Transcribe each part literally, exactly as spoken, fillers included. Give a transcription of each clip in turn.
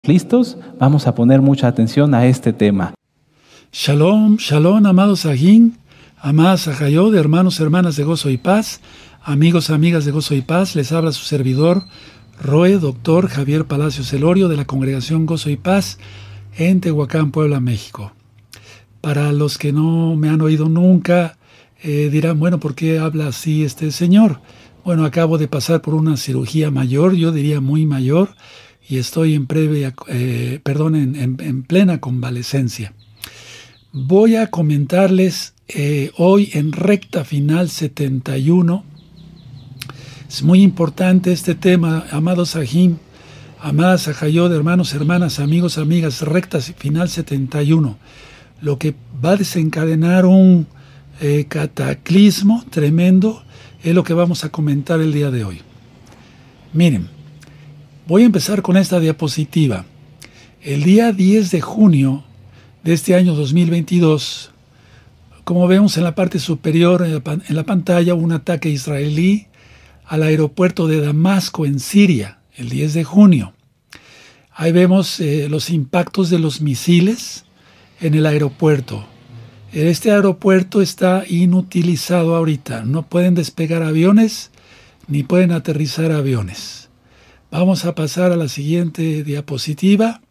¿Listos? Vamos a poner mucha atención a este tema. Shalom, shalom, amados Sajín, amadas Sajayot, hermanos, hermanas de Gozo y Paz, amigos, amigas de Gozo y Paz, les habla su servidor, Roe, doctor Javier Palacios Elorio, de la Congregación Gozo y Paz, en Tehuacán, Puebla, México. Para los que no me han oído nunca, eh, dirán, bueno, ¿por qué habla así este señor? Bueno, acabo de pasar por una cirugía mayor, yo diría muy mayor, y estoy en, previa, eh, perdón, en, en, en plena convalecencia. Voy a comentarles eh, hoy en recta final setenta y uno. Es muy importante este tema, amados Sahim, amadas Sajayot, hermanos, hermanas, amigos, amigas, recta final setenta y uno. Lo que va a desencadenar un eh, cataclismo tremendo es lo que vamos a comentar el día de hoy. Miren, voy a empezar con esta diapositiva. El día diez de junio de este año dos mil veintidós, como vemos en la parte superior en la, en la pantalla, un ataque israelí al aeropuerto de Damasco en Siria, el diez de junio. Ahí vemos eh, los impactos de los misiles en el aeropuerto. Este aeropuerto está inutilizado ahorita. No pueden despegar aviones ni pueden aterrizar aviones. Vamos a pasar a la siguiente diapositiva.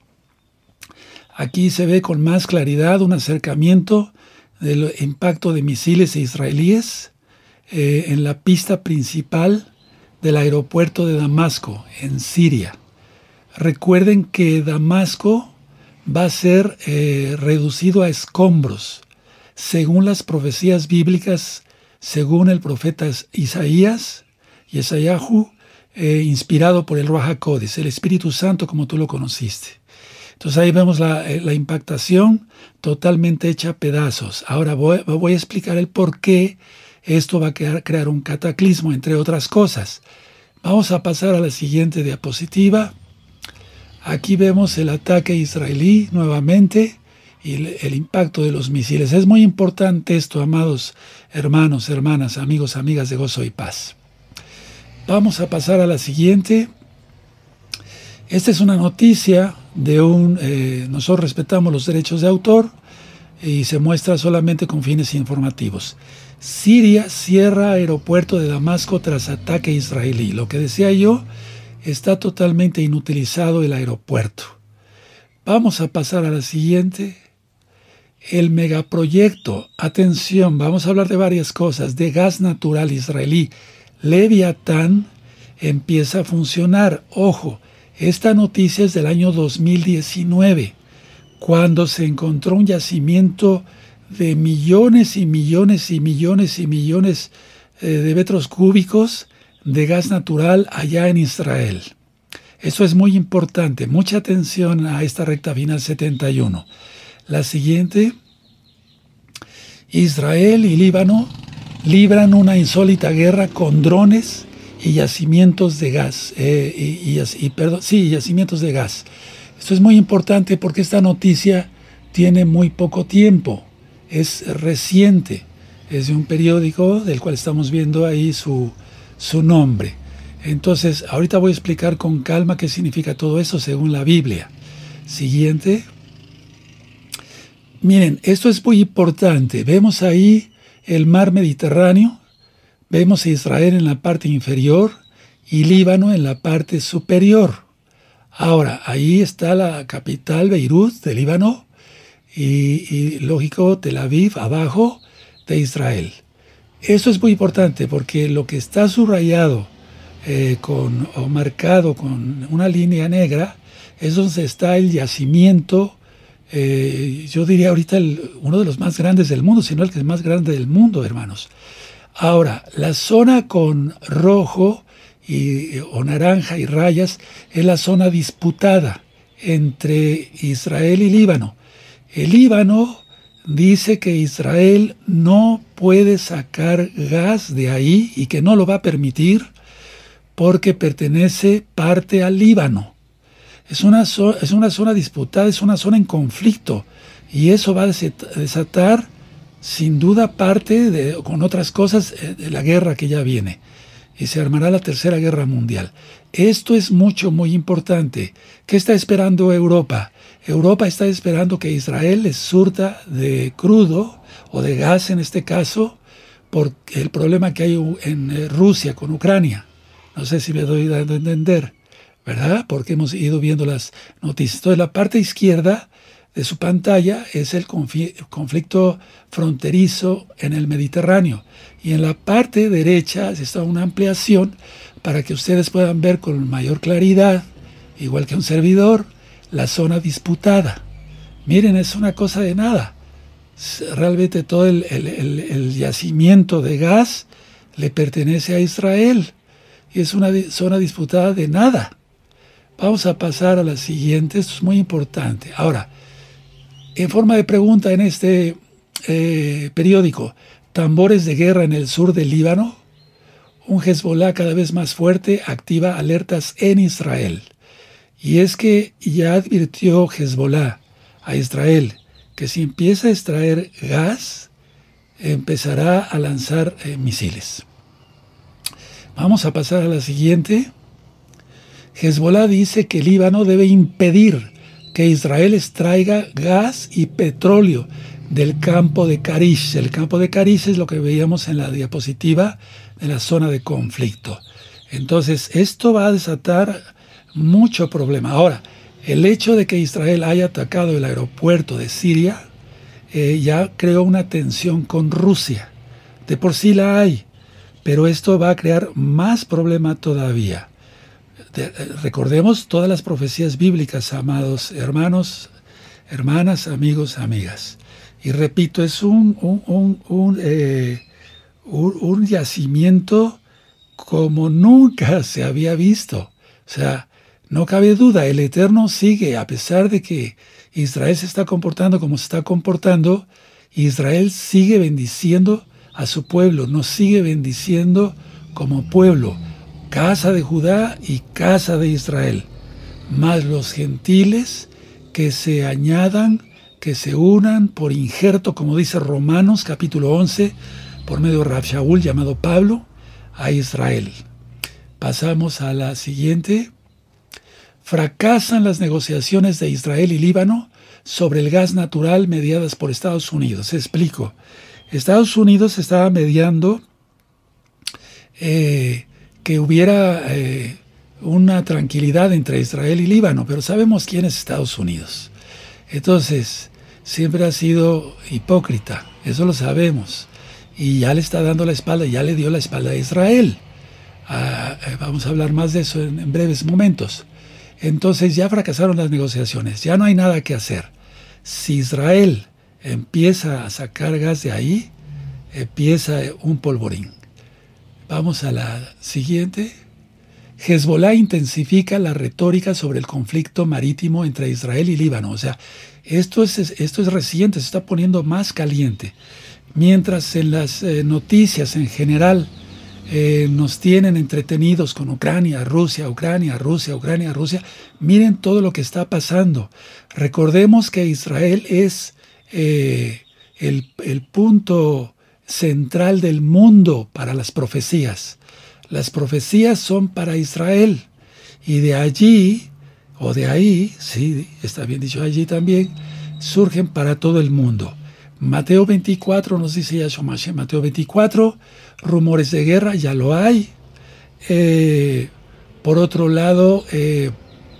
Aquí se ve con más claridad un acercamiento del impacto de misiles israelíes eh, en la pista principal del aeropuerto de Damasco, en Siria. Recuerden que Damasco va a ser eh, reducido a escombros, según las profecías bíblicas, según el profeta Isaías, Yesayahu, eh, inspirado por el Ruach HaKodesh, el Espíritu Santo como tú lo conociste. Entonces ahí vemos la, la impactación totalmente hecha a pedazos. Ahora voy, voy a explicar el por qué esto va a crear, crear un cataclismo, entre otras cosas. Vamos a pasar a la siguiente diapositiva. Aquí vemos el ataque israelí nuevamente y el, el impacto de los misiles. Es muy importante esto, amados hermanos, hermanas, amigos, amigas de Gozo y Paz. Vamos a pasar a la siguiente. Esta es una noticia de un... Eh, nosotros respetamos los derechos de autor y se muestra solamente con fines informativos. Siria cierra aeropuerto de Damasco tras ataque israelí. Lo que decía yo, está totalmente inutilizado el aeropuerto. Vamos a pasar a la siguiente. El megaproyecto, atención, vamos a hablar de varias cosas, de gas natural israelí, Leviatán, empieza a funcionar. Ojo, esta noticia es del año dos mil diecinueve, cuando se encontró un yacimiento de millones y millones y millones y millones eh, de metros cúbicos de gas natural allá en Israel. Eso es muy importante. Mucha atención a esta recta final setenta y uno. La siguiente. Israel y Líbano libran una insólita guerra con drones y yacimientos de gas. Eh, y, y, y, perdón, sí, yacimientos de gas. Esto es muy importante porque esta noticia tiene muy poco tiempo. Es reciente. Es de un periódico del cual estamos viendo ahí su, su nombre. Entonces, ahorita voy a explicar con calma qué significa todo eso según la Biblia. Siguiente. Miren, esto es muy importante. Vemos ahí el mar Mediterráneo, vemos a Israel en la parte inferior y Líbano en la parte superior. Ahora, ahí está la capital Beirut de Líbano y, y lógico, Tel Aviv abajo de Israel. Eso es muy importante porque lo que está subrayado eh, con, o marcado con una línea negra es donde está el yacimiento, eh, yo diría ahorita el, uno de los más grandes del mundo, si no el que es más grande del mundo, hermanos. Ahora, la zona con rojo y, o naranja y rayas es la zona disputada entre Israel y Líbano. El Líbano dice que Israel no puede sacar gas de ahí y que no lo va a permitir porque pertenece parte al Líbano. Es una, so- es una zona disputada, es una zona en conflicto y eso va a desatar sin duda parte de, con otras cosas, de la guerra que ya viene. y se armará la Tercera Guerra Mundial. Esto es mucho, muy importante. ¿Qué está esperando Europa? Europa está esperando que Israel les surta de crudo o de gas en este caso por el problema que hay en Rusia con Ucrania. No sé si me doy dando a entender, ¿verdad? Porque hemos ido viendo las noticias. Entonces la parte izquierda de su pantalla es el conflicto fronterizo en el Mediterráneo. Y en la parte derecha está una ampliación para que ustedes puedan ver con mayor claridad, igual que un servidor, la zona disputada. Miren, es una cosa de nada. Realmente todo el, el, el, el yacimiento de gas le pertenece a Israel. Y es una zona disputada de nada. Vamos a pasar a la siguiente. Esto es muy importante. Ahora, en forma de pregunta en este eh, periódico, tambores de guerra en el sur del Líbano. Un Hezbollah cada vez más fuerte activa alertas en Israel. Y es que ya advirtió Hezbollah a Israel que si empieza a extraer gas, empezará a lanzar eh, misiles. Vamos a pasar a la siguiente. Hezbollah dice que Líbano debe impedir que Israel extraiga gas y petróleo del campo de Karish. El campo de Karish es lo que veíamos en la diapositiva de la zona de conflicto. Entonces, esto va a desatar mucho problema. Ahora, el hecho de que Israel haya atacado el aeropuerto de Siria eh, ya creó una tensión con Rusia. De por sí la hay, pero esto va a crear más problema todavía. De, recordemos todas las profecías bíblicas, amados hermanos, hermanas, amigos, amigas. Y repito, es un, un, un, un, eh, un, un yacimiento como nunca se había visto. O sea, no cabe duda, el Eterno sigue, a pesar de que Israel se está comportando como se está comportando, Israel sigue bendiciendo a su pueblo, nos sigue bendiciendo como pueblo, casa de Judá y casa de Israel, más los gentiles que se añadan, que se unan por injerto, como dice Romanos capítulo once, por medio de Rab Shaul llamado Pablo, a Israel. Pasamos a la siguiente. Fracasan las negociaciones de Israel y Líbano sobre el gas natural mediadas por Estados Unidos. Explico. Estados Unidos estaba mediando eh, que hubiera eh, una tranquilidad entre Israel y Líbano, pero sabemos quién es Estados Unidos. Entonces, siempre ha sido hipócrita, eso lo sabemos. Y ya le está dando la espalda, ya le dio la espalda a Israel. Ah, vamos a hablar más de eso en, en breves momentos. Entonces ya fracasaron las negociaciones, ya no hay nada que hacer. Si Israel empieza a sacar gas de ahí, empieza un polvorín. Vamos a la siguiente. Hezbollah intensifica la retórica sobre el conflicto marítimo entre Israel y Líbano. O sea, esto es, esto es reciente, se está poniendo más caliente. Mientras en las eh, noticias en general Eh, nos tienen entretenidos con Ucrania, Rusia, Ucrania, Rusia, Ucrania, Rusia. Miren todo lo que está pasando. Recordemos que Israel es eh, el, el punto central del mundo para las profecías. Las profecías son para Israel. Y de allí, o de ahí, sí, está bien dicho allí también, surgen para todo el mundo. Mateo veinticuatro nos dice Yahshua Mashiach, Mateo veinticuatro, rumores de guerra, ya lo hay. Eh, por otro lado, eh,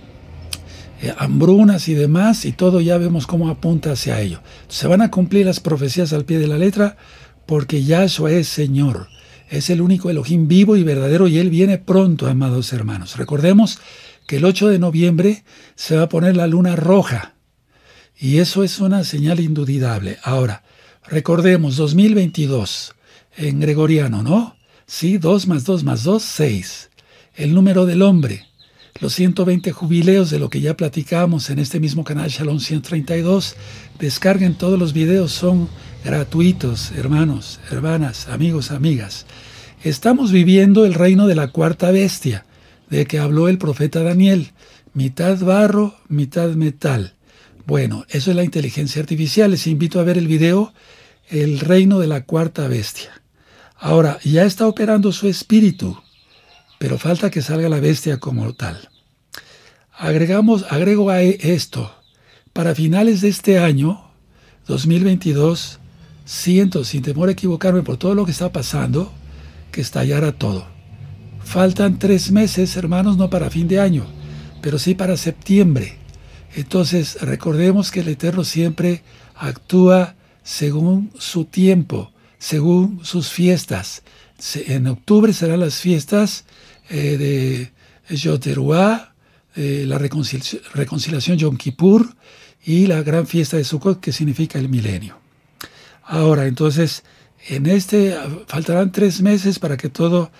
eh, hambrunas y demás, y todo ya vemos cómo apunta hacia ello. Se van a cumplir las profecías al pie de la letra, porque Yahshua es Señor. Es el único Elohim vivo y verdadero, y Él viene pronto, amados hermanos. Recordemos que el ocho de noviembre se va a poner la luna roja. Y eso es una señal indudable. Ahora, recordemos, dos mil veintidós, en gregoriano, ¿no? Sí, dos más dos más dos, seis. El número del hombre. Los ciento veinte jubileos de lo que ya platicamos en este mismo canal Shalom ciento treinta y dos. Descarguen todos los videos, son gratuitos, hermanos, hermanas, amigos, amigas. Estamos viviendo el reino de la cuarta bestia, de que habló el profeta Daniel. Mitad barro, mitad metal. Bueno, eso es la inteligencia artificial. Les invito a ver el video, El reino de la cuarta bestia. Ahora, ya está operando su espíritu. pero falta que salga la bestia como tal. Agregamos, agrego a esto, para finales de este año, dos mil veintidós, siento, sin temor a equivocarme por todo lo que está pasando, que estallara todo. Faltan tres meses, hermanos, no para fin de año, pero sí para septiembre. Entonces, recordemos que el Eterno siempre actúa según su tiempo, según sus fiestas. En octubre serán las fiestas eh, de Yom Teruah, eh, la reconciliación, reconciliación Yom Kippur y la gran fiesta de Sukkot, que significa el milenio. Ahora, entonces, en este faltarán tres meses para que todo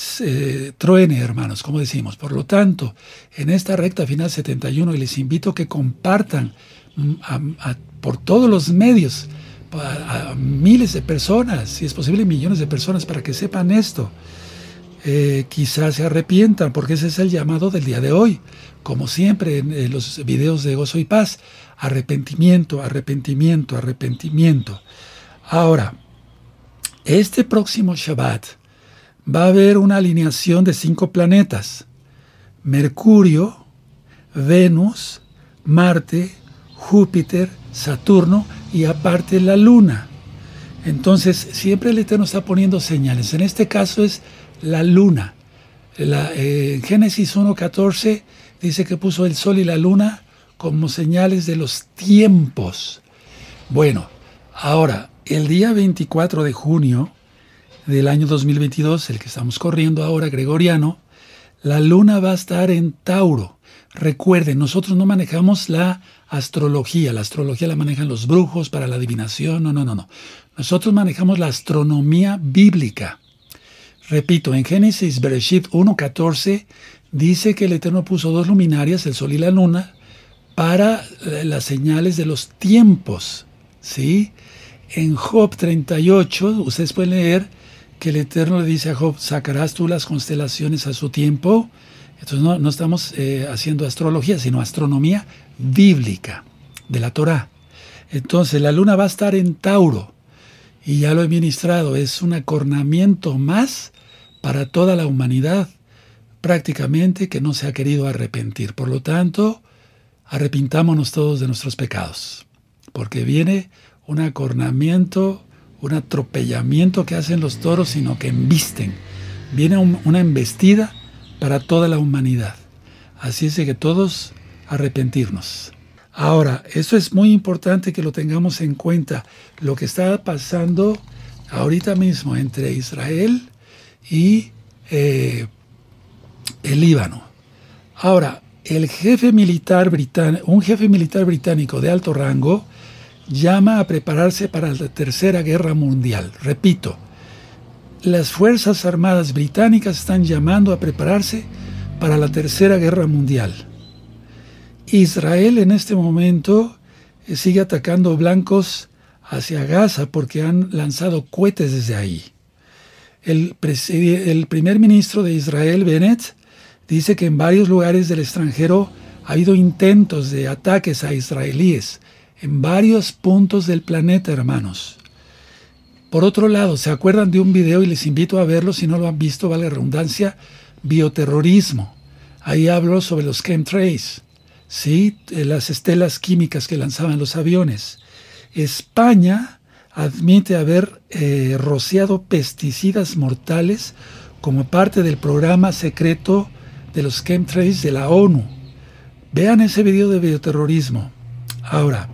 se truene, hermanos, como decimos. Por lo tanto, en esta recta final setenta y uno, y les invito a que compartan a, a, por todos los medios, a, a miles de personas, si es posible millones de personas, para que sepan esto. Eh, quizás se arrepientan, porque ese es el llamado del día de hoy. Como siempre en, en los videos de Gozo y Paz, arrepentimiento, arrepentimiento, arrepentimiento. Ahora, este próximo Shabbat va a haber una alineación de cinco planetas: Mercurio, Venus, Marte, Júpiter, Saturno y aparte la Luna. Entonces, siempre el Eterno está poniendo señales. En este caso es la Luna. La, eh, en Génesis uno catorce dice que puso el Sol y la Luna como señales de los tiempos. Bueno, ahora, el día veinticuatro de junio del año dos mil veintidós, el que estamos corriendo ahora, gregoriano, la Luna va a estar en Tauro. Recuerden, nosotros no manejamos la astrología. La astrología la manejan los brujos para la adivinación. No, no, no, no. Nosotros manejamos la astronomía bíblica. Repito, en Génesis Bereshit uno catorce dice que el Eterno puso dos luminarias, el Sol y la Luna, para las señales de los tiempos, ¿sí? En Job treinta y ocho, ustedes pueden leer que el Eterno le dice a Job: ¿sacarás tú las constelaciones a su tiempo? Entonces no, no estamos eh, haciendo astrología, sino astronomía bíblica de la Torá. Entonces la Luna va a estar en Tauro, y ya lo he ministrado, es un acornamiento más para toda la humanidad, prácticamente, que no se ha querido arrepentir. Por lo tanto, arrepintámonos todos de nuestros pecados, porque viene un acornamiento, un atropellamiento que hacen los toros, sino que embisten. Viene un, una embestida para toda la humanidad. Así es de que todos arrepentirnos. Ahora, eso es muy importante que lo tengamos en cuenta, lo que está pasando ahorita mismo entre Israel y eh, el Líbano. Ahora, el jefe militar británico, un jefe militar británico de alto rango, llama a prepararse para la Tercera Guerra Mundial. Repito, las Fuerzas Armadas británicas están llamando a prepararse para la Tercera Guerra Mundial. Israel en este momento eh, sigue atacando blancos hacia Gaza porque han lanzado cohetes desde ahí. El, el primer ministro de Israel, Bennett, dice que en varios lugares del extranjero ha habido intentos de ataques a israelíes en varios puntos del planeta, hermanos. Por otro lado, ¿se acuerdan de un video? Y les invito a verlo si no lo han visto, vale la redundancia: bioterrorismo. Ahí hablo sobre los chemtrails, ¿sí? Las estelas químicas que lanzaban los aviones. España admite haber eh, rociado pesticidas mortales como parte del programa secreto de los chemtrails de la ONU. Vean ese video de bioterrorismo. Ahora,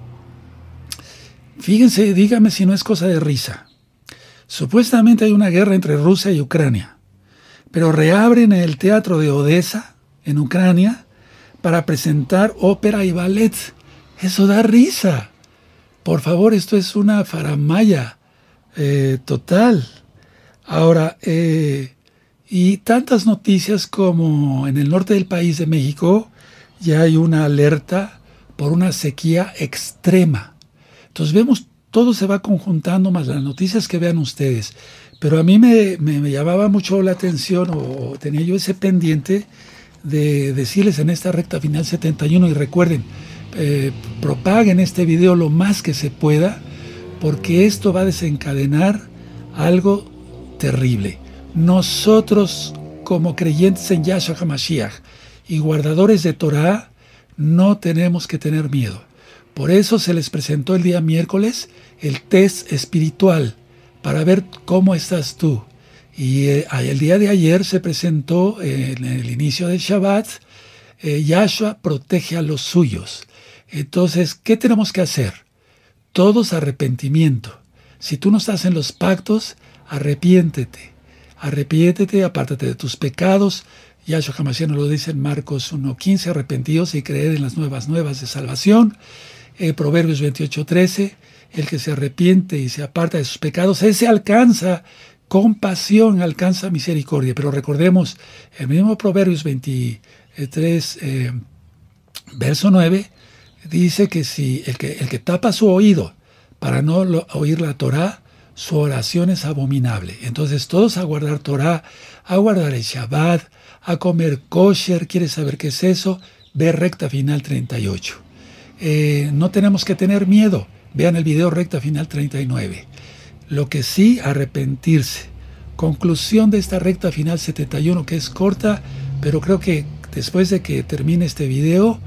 fíjense, díganme si no es cosa de risa. Supuestamente hay una guerra entre Rusia y Ucrania, pero reabren el teatro de Odessa, en Ucrania, para presentar ópera y ballet. Eso da risa. Por favor, esto es una faramalla eh, total. Ahora, eh, y tantas noticias como en el norte del país de México ya hay una alerta por una sequía extrema. Entonces vemos, todo se va conjuntando, más las noticias que vean ustedes. Pero a mí me, me, me llamaba mucho la atención, o, o tenía yo ese pendiente de decirles en esta recta final setenta y uno, y recuerden, eh, propaguen este video lo más que se pueda, porque esto va a desencadenar algo terrible. Nosotros como creyentes en Yahshua HaMashiach y guardadores de Torah, no tenemos que tener miedo. Por eso se les presentó el día miércoles el test espiritual para ver cómo estás tú. Y eh, el día de ayer se presentó eh, en el inicio del Shabbat, eh, Yahshua protege a los suyos. Entonces, ¿qué tenemos que hacer? Todos arrepentimiento. Si tú no estás en los pactos, arrepiéntete. Arrepiéntete, apártate de tus pecados. Yahshua HaMashiach nos lo dice en Marcos uno quince, arrepentidos y creed en las nuevas nuevas de salvación. Eh, Proverbios veintiocho trece, el que se arrepiente y se aparta de sus pecados, ese alcanza compasión, alcanza misericordia. Pero recordemos, el mismo Proverbios veintitrés, eh, verso nueve, dice que si el que, el que tapa su oído para no lo, oír la Torah, su oración es abominable. Entonces todos a guardar Torah, a guardar el Shabbat, a comer kosher. ¿Quieres saber qué es eso? Ve recta final treinta y ocho. Eh, no tenemos que tener miedo. Vean el video recta final treinta y nueve. Lo que sí, arrepentirse. Conclusión de esta recta final setenta y uno, que es corta, pero creo que después de que termine este video,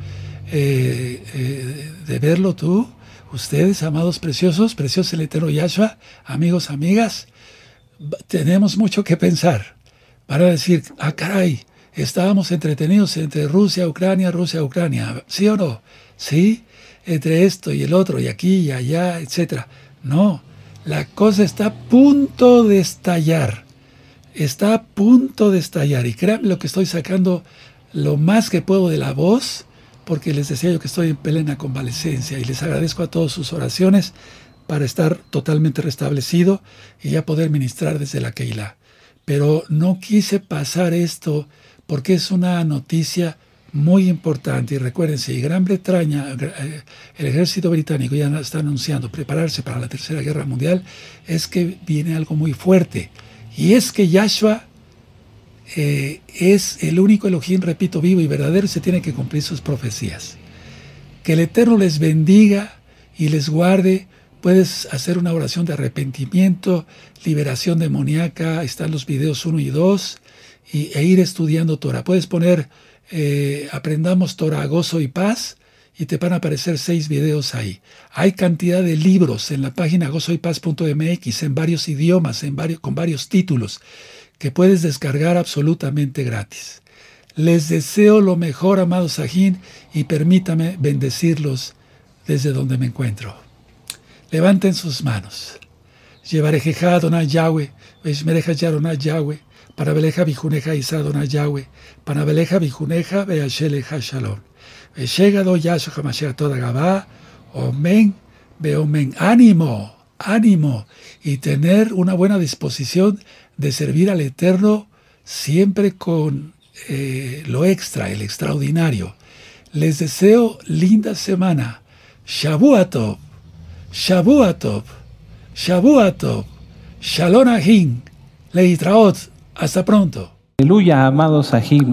eh, eh, de verlo tú, ustedes, amados preciosos, preciosos el eterno Yahshua, amigos, amigas, tenemos mucho que pensar. Para decir, ah, caray, estábamos entretenidos entre Rusia, Ucrania, Rusia, Ucrania, ¿sí o no? Sí, entre esto y el otro, y aquí y allá, etcétera. No, la cosa está a punto de estallar. Está a punto de estallar. Y créanme lo que estoy sacando lo más que puedo de la voz, porque les decía yo que estoy en plena convalecencia y les agradezco a todos sus oraciones para estar totalmente restablecido y ya poder ministrar desde la Keilah. Pero no quise pasar esto porque es una noticia muy importante. Y recuerden, si Gran Bretaña, el ejército británico ya está anunciando prepararse para la Tercera Guerra Mundial, es que viene algo muy fuerte. Y es que Yahshua eh, es el único Elohim, repito, vivo y verdadero, y se tiene que cumplir sus profecías. Que el Eterno les bendiga y les guarde. Puedes hacer una oración de arrepentimiento, liberación demoníaca, están los videos uno y dos, y, e ir estudiando Torah. Puedes poner, eh, aprendamos Torah, gozo y paz, y te van a aparecer seis videos ahí. Hay cantidad de libros en la página gozo y paz punto m x, en varios idiomas, en varios, con varios títulos, que puedes descargar absolutamente gratis. Les deseo lo mejor, amados Sajín, y permítame bendecirlos desde donde me encuentro. Levanten sus manos. Llevarejeja Adonai Yahweh, Veshmereja Yaronai Yahweh, Panabeleja Bijuneja Isa Adonai Yahweh, Panabeleja Bijuneja Beasheleja Shalom. Veshegado Yahshua HaMashiach toda Gabá, Omen, Beomen. Ánimo, ánimo, y tener una buena disposición de servir al Eterno siempre con eh, lo extra, el extraordinario. Les deseo linda semana. Shavua Tov. Shavua Tov, Shavua Tov, Shalom Ahim, Leitraot, hasta pronto. Aleluya, amados Sahim.